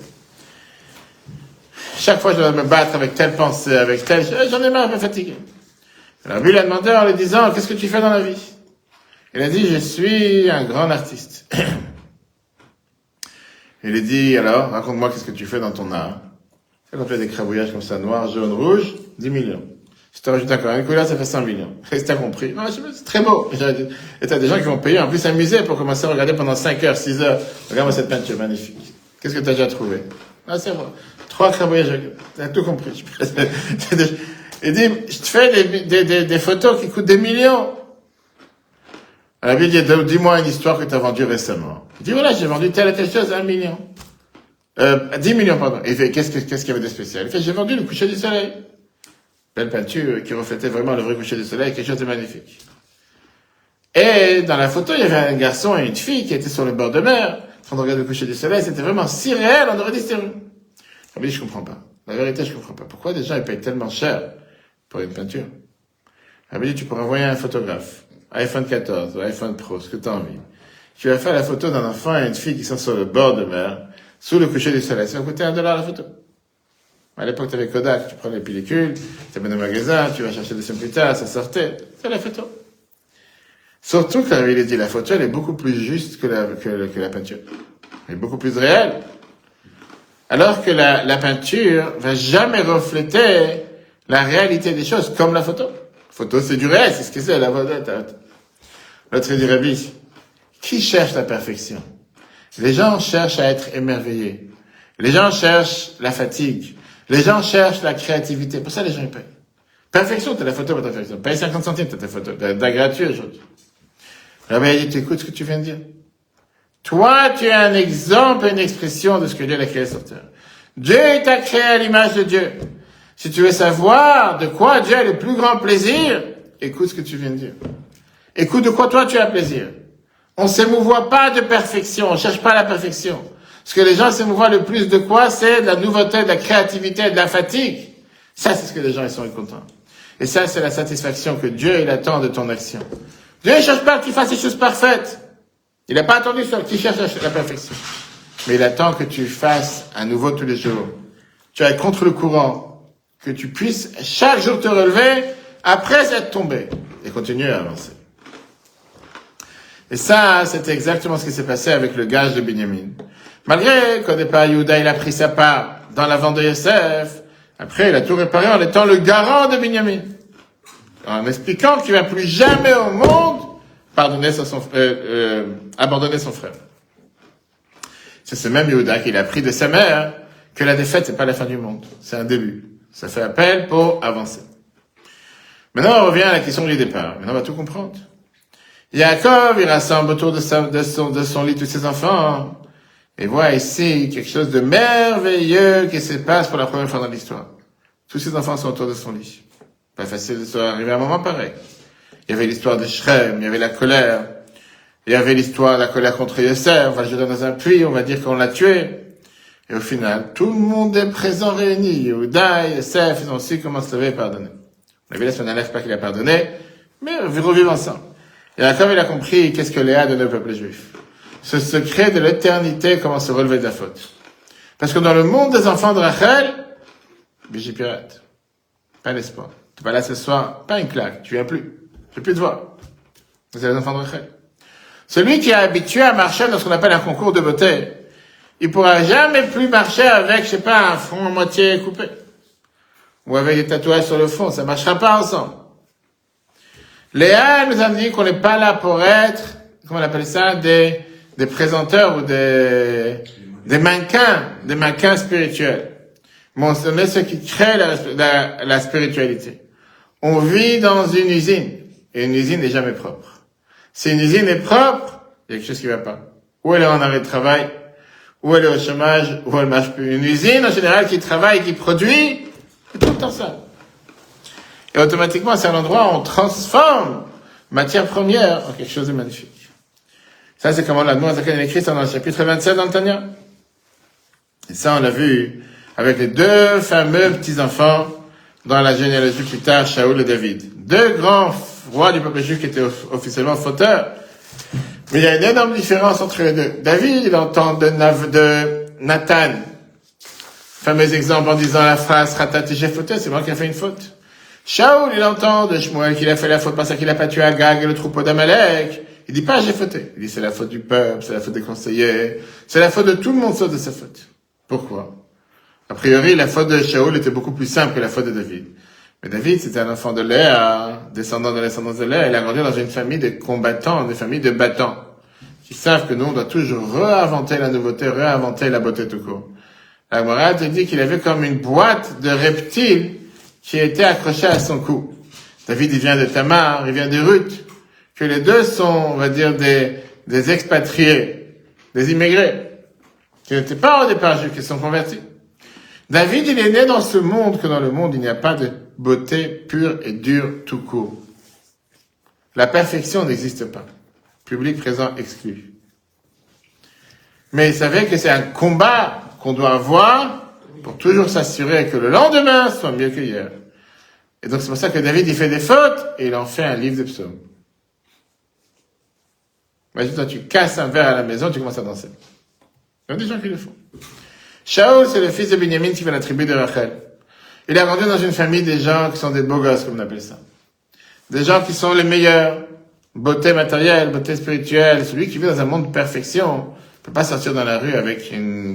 Chaque fois, je dois me battre avec telle pensée, avec telle, j'en ai marre, je me fatigue. Alors, lui, il a demandé en lui disant, qu'est-ce que tu fais dans la vie? Il a dit, je suis un grand artiste. Il a dit, alors, raconte-moi qu'est-ce que tu fais dans ton art. C'est quand tu fais des crabouillages comme ça, noir, jaune, rouge, 10 millions. Si tu rajoutes encore une couleur, ça fait 100 millions. Qu'est-ce que t'as compris? Non, c'est très beau. Et t'as des gens qui vont payer, en plus, un musée pour commencer à regarder pendant 5 heures, 6 heures. Regarde-moi cette peinture magnifique. Qu'est-ce que t'as déjà trouvé? Ah, c'est vrai. 3 crabouillages, t'as tout compris. Il dit, je te fais des photos qui coûtent des millions. Alors, il dit, dis-moi une histoire que tu as vendue récemment. Il dit, voilà, j'ai vendu telle et telle chose à 1 million. 10 millions, pardon. Il fait, qu'est-ce qu'il y avait de spécial? Il fait, j'ai vendu le coucher du soleil. Belle peinture qui reflétait vraiment le vrai coucher du soleil, quelque chose de magnifique. Et dans la photo, il y avait un garçon et une fille qui étaient sur le bord de mer, en train de regarder le coucher du soleil. C'était vraiment si réel, on aurait dit c'est vrai. Il dit, je comprends pas. La vérité, je comprends pas. Pourquoi des gens, ils payent tellement cher pour une peinture? Il dit, tu pourrais envoyer un photographe. iPhone 14 ou iPhone Pro, ce que tu as envie. Tu vas faire la photo d'un enfant et une fille qui sont sur le bord de mer, sous le coucher du soleil. Ça va coûter $1 la photo. À l'époque, tu avais Kodak, tu prends les pellicules, tu vas au magasin, tu vas chercher 2 semaines plus tard, ça sortait. C'est la photo. Surtout que, il a dit, la photo, elle est beaucoup plus juste que la peinture. Elle est beaucoup plus réelle. Alors que la peinture va jamais refléter la réalité des choses, comme la photo. Photo, c'est du réel, c'est ce que c'est, la photo. L'autre dit, Rabbi, qui cherche la perfection? Les gens cherchent à être émerveillés. Les gens cherchent la fatigue. Les gens cherchent la créativité. Pour ça, les gens, ils payent. Perfection, t'as la photo pour ta perfection. Paye 50 centimes, t'as ta photo. T'as gratuit aujourd'hui. Rabbi a dit, tu écoutes ce que tu viens de dire. Toi, tu es un exemple et une expression de ce que Dieu a créé sur terre. Dieu t'a créé à l'image de Dieu. Si tu veux savoir de quoi Dieu a le plus grand plaisir, écoute ce que tu viens de dire. Écoute de quoi toi tu as plaisir. On ne s'émouvoit pas de perfection, on ne cherche pas la perfection. Ce que les gens s'émouvoient le plus de quoi, c'est de la nouveauté, de la créativité, de la fatigue. Ça, c'est ce que les gens ils sont contents. Et ça, c'est la satisfaction que Dieu il attend de ton action. Dieu ne cherche pas que tu fasses des choses parfaites. Il n'a pas attendu ça, qui cherche la perfection. Mais il attend que tu fasses à nouveau tous les jours. Tu ailles contre le courant. Que tu puisses chaque jour te relever après être tombé. Et continuer à avancer. Et ça, c'était exactement ce qui s'est passé avec le gage de Binyamin. Malgré qu'au départ, Yehuda, il a pris sa part dans la vente de Yosef, après, il a tout réparé en étant le garant de Binyamin. En expliquant qu'il ne va plus jamais au monde abandonner son frère. C'est ce même Yehuda qu'il a appris de sa mère que la défaite, c'est pas la fin du monde. C'est un début. Ça fait appel pour avancer. Maintenant, on revient à la question du départ. Maintenant, on va tout comprendre. Yaakov, il rassemble autour de son lit tous ses enfants. Et voit ici quelque chose de merveilleux qui se passe pour la première fois dans l'histoire. Tous ses enfants sont autour de son lit. Pas facile de arriver à un moment pareil. Il y avait l'histoire de Shrem, il y avait la colère. Il y avait l'histoire de la colère contre Yosef. On va le jeter dans un puits, on va dire qu'on l'a tué. Et au final, tout le monde est présent réuni. Yehuda et Yosef, ils ont aussi comment se lever et pardonner. On a vu la semaine dernière, pas qu'il a pardonné, mais revivre ensemble. Et Jacob, il a compris qu'est-ce que Léa a donné au peuple juif. Ce secret de l'éternité, comment se relever de la faute. Parce que dans le monde des enfants de Rachel, Vigipirate. Pas d'espoir. Tu vas là ce soir, pas une claque, tu viens plus. Tu plus te voir. C'est les enfants de Rachel. Celui qui est habitué à marcher dans ce qu'on appelle un concours de beauté, il pourra jamais plus marcher avec, je sais pas, un front à moitié coupé. Ou avec des tatouages sur le front, ça marchera pas ensemble. Léa nous a dit qu'on n'est pas là pour être, comment on appelle ça, des présenteurs ou des mannequins spirituels. Mais on est ceux qui créent la spiritualité. On vit dans une usine, et une usine n'est jamais propre. Si une usine est propre, il y a quelque chose qui va pas. Ou elle est en arrêt de travail, ou elle est au chômage, ou elle marche plus. Une usine, en général, qui travaille, qui produit, c'est tout le temps ça. Et automatiquement, c'est un endroit où on transforme matière première en quelque chose de magnifique. Ça, c'est comment l'Admor Zaken écrit ça dans le chapitre 27 dans le Tanya. Et ça, on l'a vu avec les deux fameux petits-enfants dans la généalogie plus tard, Shaoul et David. Deux grands rois du peuple juif qui étaient officiellement fauteurs. Mais il y a une énorme différence entre les deux. David, il entend de Nathan. Fameux exemple en disant la phrase, Ratati, j'ai fauté, c'est moi qui ai fait une faute. Shaoul, il entend de Shmuel qu'il a fait la faute parce qu'il a pas tué Agag et le troupeau d'Amalek. Il dit pas j'ai fauté. Il dit c'est la faute du peuple, c'est la faute des conseillers, c'est la faute de tout le monde sauf de sa faute. Pourquoi? A priori, la faute de Shaoul était beaucoup plus simple que la faute de David. Mais David, c'était un enfant de Léa, descendant de la descendance de Léa. Il a grandi dans une famille de combattants, des familles de battants, qui savent que nous, on doit toujours réinventer la nouveauté, réinventer la beauté tout court. La Gemara te dit qu'il avait comme une boîte de reptiles qui était accrochée à son cou. David, il vient de Tamar, il vient de Ruth, que les deux sont, on va dire, des expatriés, des immigrés, qui n'étaient pas au départ juifs, qui sont convertis. David, il est né dans ce monde, que dans le monde, il n'y a pas de beauté pure et dure tout court. La perfection n'existe pas. Public présent exclu. Mais il savait que c'est un combat qu'on doit avoir pour toujours s'assurer que le lendemain soit mieux que hier. Et donc c'est pour ça que David, il fait des fautes et il en fait un livre de psaumes. Imagine, toi, tu casses un verre à la maison, tu commences à danser. Il y a des gens qui le font. Shaoul, c'est le fils de Binyamin qui vient de la tribu de Rachel. Il a grandi dans une famille des gens qui sont des beaux gosses, comme on appelle ça. Des gens qui sont les meilleurs. Beauté matérielle, beauté spirituelle. Celui qui vit dans un monde de perfection ne peut pas sortir dans la rue avec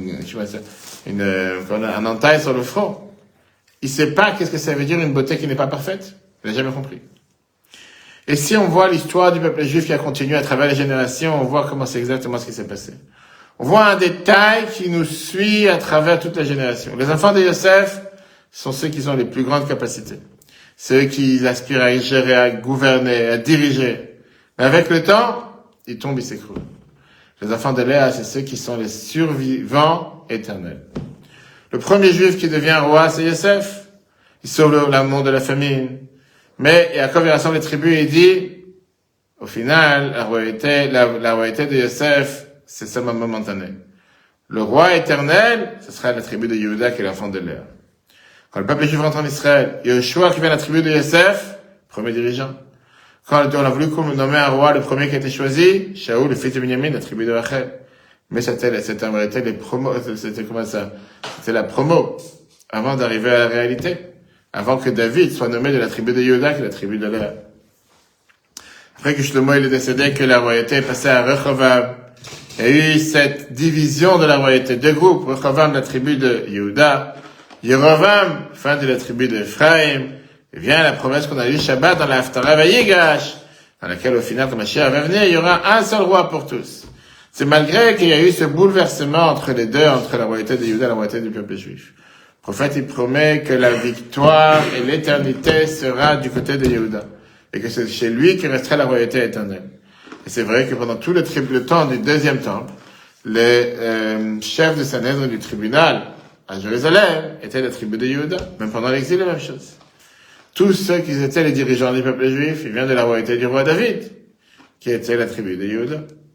un entaille sur le front. Il sait pas qu'est-ce que ça veut dire une beauté qui n'est pas parfaite. Il n'a jamais compris. Et si on voit l'histoire du peuple juif qui a continué à travers les générations, on voit comment c'est exactement ce qui s'est passé. On voit un détail qui nous suit à travers toutes les générations. Les enfants de Yosef sont ceux qui ont les plus grandes capacités. Ceux qui aspirent à gérer, à gouverner, à diriger. Mais avec le temps, ils tombent, ils s'écroulent. Les enfants de Léa, c'est ceux qui sont les survivants éternels. Le premier juif qui devient roi, c'est Yosef. Il sauve le monde de la famine. Mais Jacob, il rassemble les tribus et il dit, au final, la royauté de Yosef, c'est seulement momentané. Le roi éternel, ce sera la tribu de Yehuda qui est l'enfant de Léa. Quand le peuple juif rentre en Israël, Yehoshua qui vient de la tribu de Yosef, premier dirigeant. Quand on a voulu nommer un roi, le premier qui a été choisi, Shaoul, le fils de Binyamin, la tribu de Rachel. Mais c'était les promos, c'était comment ça? C'était la promo. Avant d'arriver à la réalité. Avant que David soit nommé de la tribu de Yehuda, qui est la tribu de Léa. Après que Shlomo il est décédé, que la royauté est passée à Rehovam. Il y a eu cette division de la royauté. Deux groupes. Rehovam, la tribu de Yehuda. Yerovam, fin de la tribu d'Ephraïm. Et vient la promesse qu'on a lue Shabbat dans la Haftarah Vayigash, dans laquelle au final, quand Mashiach va venir, il y aura un seul roi pour tous. C'est malgré qu'il y a eu ce bouleversement entre les deux, entre la royauté de Yehuda et la royauté du peuple juif. Le prophète, il promet que la victoire et l'éternité sera du côté de Yehuda. Et que c'est chez lui qui restera la royauté éternelle. Et c'est vrai que pendant tout le temps du deuxième temple, les chefs de Sanhedrin du tribunal à Jérusalem étaient la tribu de Yehuda. Même pendant l'exil, la même chose. Tous ceux qui étaient les dirigeants du peuple juif, ils viennent de la royauté du roi David, qui était la tribu de Yehuda.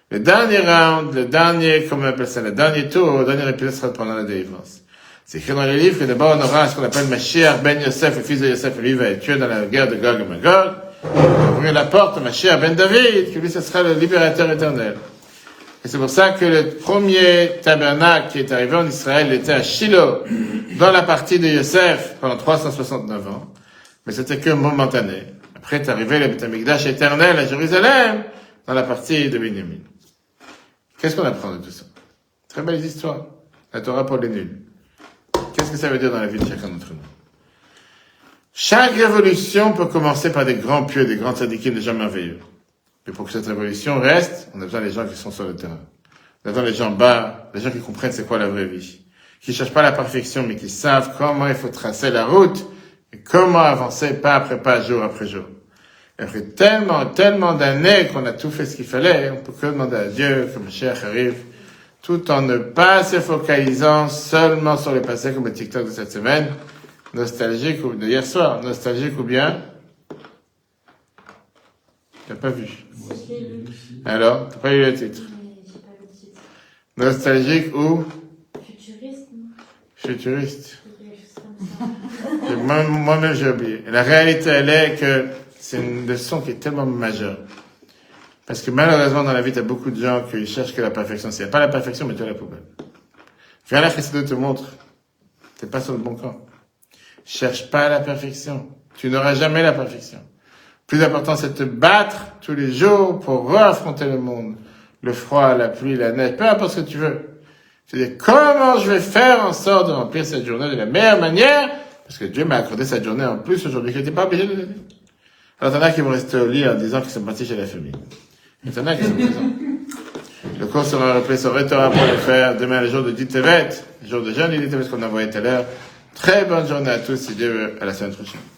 Le dernier round, le dernier tour, le dernier épisode sera pendant la délivrance. C'est écrit dans les livres que d'abord on aura ce qu'on appelle Mashiach ben Yosef, le fils de Yosef, lui va être tué dans la guerre de Gog et Magog. On va ouvrir la porte à Mashiach ben David, que lui ce sera le libérateur éternel. Et c'est pour ça que le premier tabernacle qui est arrivé en Israël était à Shiloh, dans la partie de Yosef, pendant 369 ans. Mais c'était que momentané. Après est arrivé le Beth Amikdash éternel à Jérusalem, dans la partie de Binyamin. Qu'est-ce qu'on apprend de tout ça? Très belles histoires. La Torah pour les nuls. Qu'est-ce que ça veut dire dans la vie de chacun d'entre nous? Chaque révolution peut commencer par des grands pieux, des grands tzadikim, des gens merveilleux. Mais pour que cette révolution reste, on a besoin des gens qui sont sur le terrain. On a besoin des gens bas, des gens qui comprennent c'est quoi la vraie vie. Qui cherchent pas la perfection, mais qui savent comment il faut tracer la route et comment avancer pas après pas, jour après jour. Et après tellement d'années qu'on a tout fait ce qu'il fallait, on peut que demander à Dieu que Mashiach arrive, tout en ne pas se focalisant seulement sur le passé comme le TikTok de cette semaine, nostalgique ou de hier soir, nostalgique ou bien, t'as pas vu. Alors, t'as pas lu le titre. J'ai pas le titre. Nostalgique ou Futuriste, non? futuriste. Quelque chose comme ça. Moi-même j'ai oublié. Et la réalité elle est que c'est une leçon qui est tellement majeure. Parce que malheureusement dans la vie t'as beaucoup de gens qui cherchent que la perfection. S'il n'y a pas la perfection, mets-toi à la poubelle. Viens là, Christ te montre. T'es pas sur le bon camp. Cherche pas la perfection. Tu n'auras jamais la perfection. Le plus important, c'est de te battre tous les jours pour réaffronter le monde. Le froid, la pluie, la neige, peu importe ce que tu veux. Tu dis, comment je vais faire en sorte de remplir cette journée de la meilleure manière? Parce que Dieu m'a accordé cette journée en plus aujourd'hui, que je n'étais pas obligé de donner. Alors, t'en as qui vont rester au lit en disant qu'ils sont partis chez la famille. Et t'en as qui sont présents. Le cours sera repris sur Retorah.fr. Demain, le jour de Ditevet, le jour de jeûne et Ditevet qu'on a envoyé tout à l'heure. Très bonne journée à tous, si Dieu veut, à la semaine prochaine.